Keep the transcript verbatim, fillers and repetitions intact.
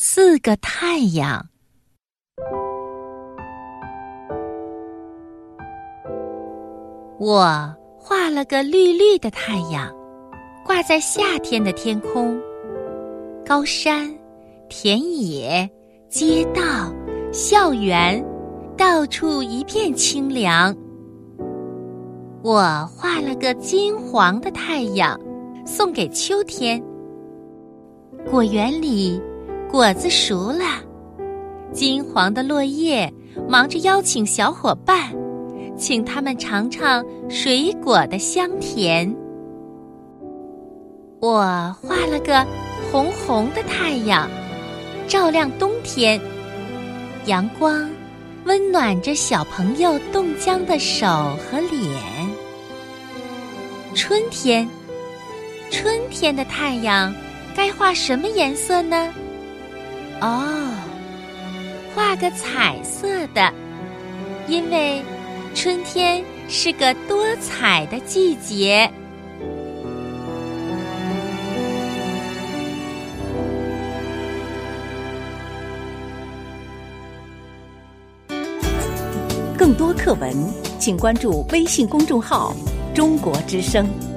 四个太阳。我画了个绿绿的太阳，挂在夏天的天空。高山、田野、街道、校园，到处一片清凉。我画了个金黄的太阳，送给秋天。果园里，果子熟了，金黄的落叶忙着邀请小伙伴，请他们尝尝水果的香甜。我画了个红红的太阳，照亮冬天。阳光温暖着小朋友冻僵的手和脸。春天，春天的太阳该画什么颜色呢？哦，画个彩色的，因为春天是个多彩的季节。 更多课文，请关注微信公众号“中国之声”。